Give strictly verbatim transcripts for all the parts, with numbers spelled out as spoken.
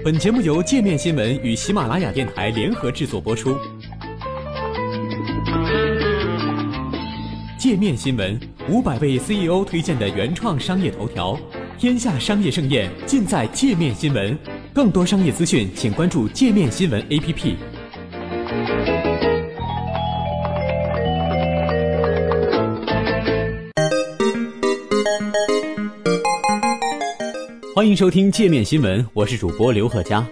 本节目由界面新闻与喜马拉雅电台联合制作播出。界面新闻五百位 C E O 推荐的原创商业头条，天下商业盛宴尽在界面新闻。更多商业资讯，请关注界面新闻 A P P。欢迎收听界面新闻，我是主播刘贺佳。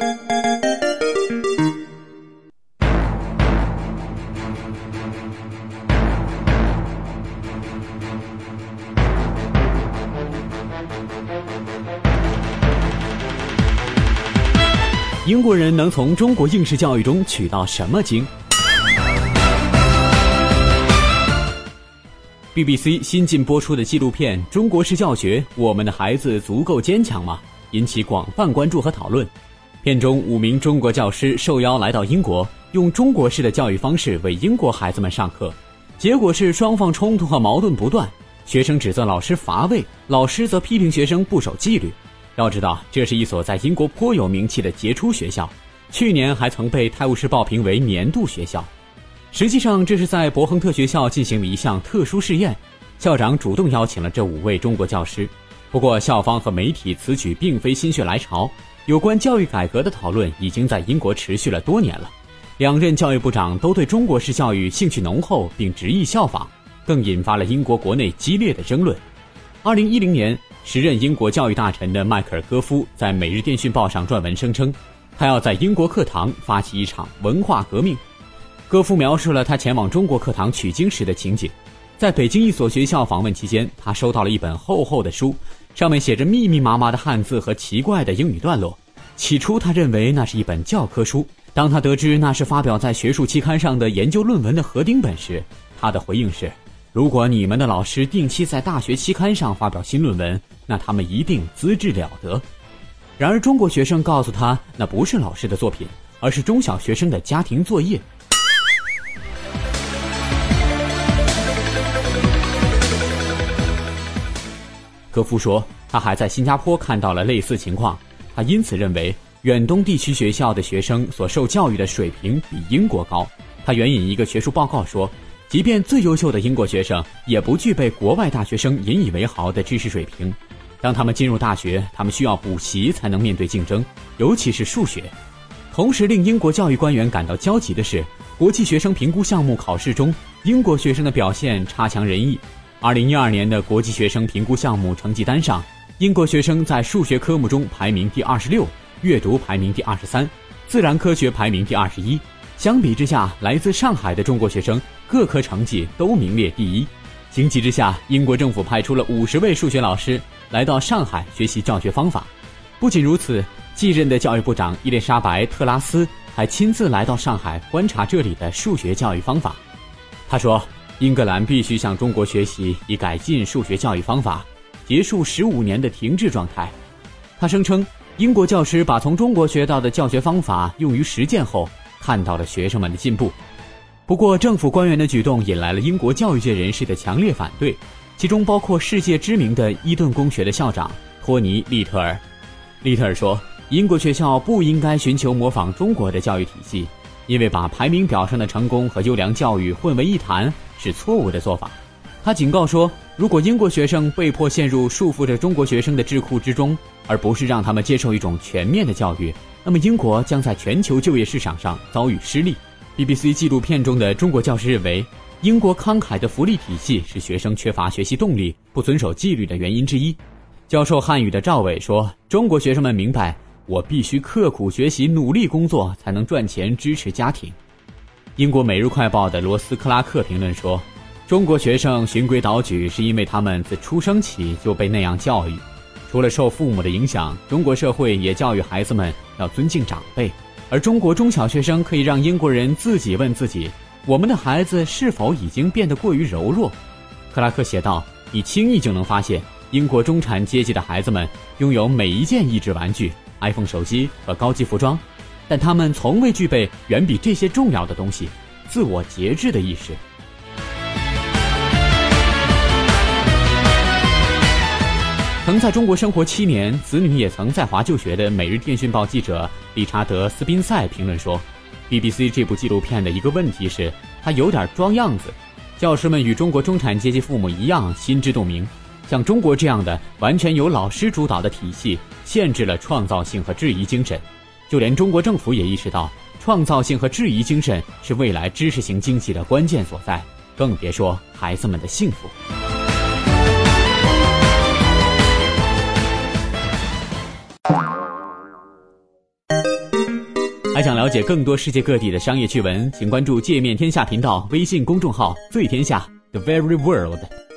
英国人能从中国应试教育中取到什么经？ B B C 新近播出的纪录片《中国式教学：我们的孩子足够坚强吗》引起广泛关注和讨论。片中五名中国教师受邀来到英国，用中国式的教育方式为英国孩子们上课，结果是双方冲突和矛盾不断，学生指责老师乏味，老师则批评学生不守纪律。要知道，这是一所在英国颇有名气的杰出学校，去年还曾被《泰晤士报》评为年度学校。实际上，这是在伯亨特学校进行了一项特殊试验，校长主动邀请了这五位中国教师。不过，校方和媒体此举并非心血来潮，有关教育改革的讨论已经在英国持续了多年了。两任教育部长都对中国式教育兴趣浓厚，并执意效仿，更引发了英国国内激烈的争论。二零一零年，时任英国教育大臣的迈克尔·戈夫在《每日电讯报》上撰文声称，他要在英国课堂发起一场文化革命。戈夫描述了他前往中国课堂取经时的情景。在北京一所学校访问期间，他收到了一本厚厚的书，上面写着密密麻麻的汉字和奇怪的英语段落。起初他认为那是一本教科书，当他得知那是发表在学术期刊上的研究论文的核定本时，他的回应是：如果你们的老师定期在大学期刊上发表新论文，那他们一定资质了得。然而中国学生告诉他，那不是老师的作品，而是中小学生的家庭作业。戈夫说，他还在新加坡看到了类似情况，他因此认为远东地区学校的学生所受教育的水平比英国高。他援引一个学术报告说，即便最优秀的英国学生也不具备国外大学生引以为豪的知识水平。当他们进入大学，他们需要补习才能面对竞争，尤其是数学。同时令英国教育官员感到焦急的是，国际学生评估项目考试中，英国学生的表现差强人意。二零一二年的国际学生评估项目成绩单上，英国学生在数学科目中排名第二十六，阅读排名第二十三，自然科学排名第二十一。相比之下，来自上海的中国学生各科成绩都名列第一。情急之下，英国政府派出了五十位数学老师来到上海学习教学方法。不仅如此，继任的教育部长伊丽莎白·特拉斯还亲自来到上海观察这里的数学教育方法。他说，英格兰必须向中国学习，以改进数学教育方法，结束十五年的停滞状态。他声称，英国教师把从中国学到的教学方法用于实践后，看到了学生们的进步。不过，政府官员的举动引来了英国教育界人士的强烈反对，其中包括世界知名的伊顿公学的校长托尼·利特尔。利特尔说，英国学校不应该寻求模仿中国的教育体系，因为把排名表上的成功和优良教育混为一谈是错误的做法。他警告说，如果英国学生被迫陷入束缚着中国学生的智库之中，而不是让他们接受一种全面的教育，那么英国将在全球就业市场上遭遇失利。 B B C 纪录片中的中国教师认为，英国慷慨的福利体系是学生缺乏学习动力、不遵守纪律的原因之一。教授汉语的赵伟说，中国学生们明白，我必须刻苦学习、努力工作才能赚钱支持家庭。英国《每日快报》的罗斯·克拉克评论说，中国学生循规蹈矩是因为他们自出生起就被那样教育。除了受父母的影响，中国社会也教育孩子们要尊敬长辈。而中国中小学生可以让英国人自己问自己，我们的孩子是否已经变得过于柔弱？克拉克写道，你轻易就能发现，英国中产阶级的孩子们拥有每一件益智玩具、iPhone 手机和高级服装，但他们从未具备远比这些重要的东西——自我节制的意识。 曾在中国生活七年，子女也曾在华就学的《每日电讯报》记者理查德·斯宾塞评论说 B B C 这部纪录片的一个问题是它有点装样子。教师们与中国中产阶级父母一样心知肚明，像中国这样的完全由老师主导的体系限制了创造性和质疑精神。就连中国政府也意识到创造性和质疑精神是未来知识型经济的关键所在，更别说孩子们的幸福。还想了解更多世界各地的商业趣闻，请关注界面天下频道微信公众号最天下 The Very World。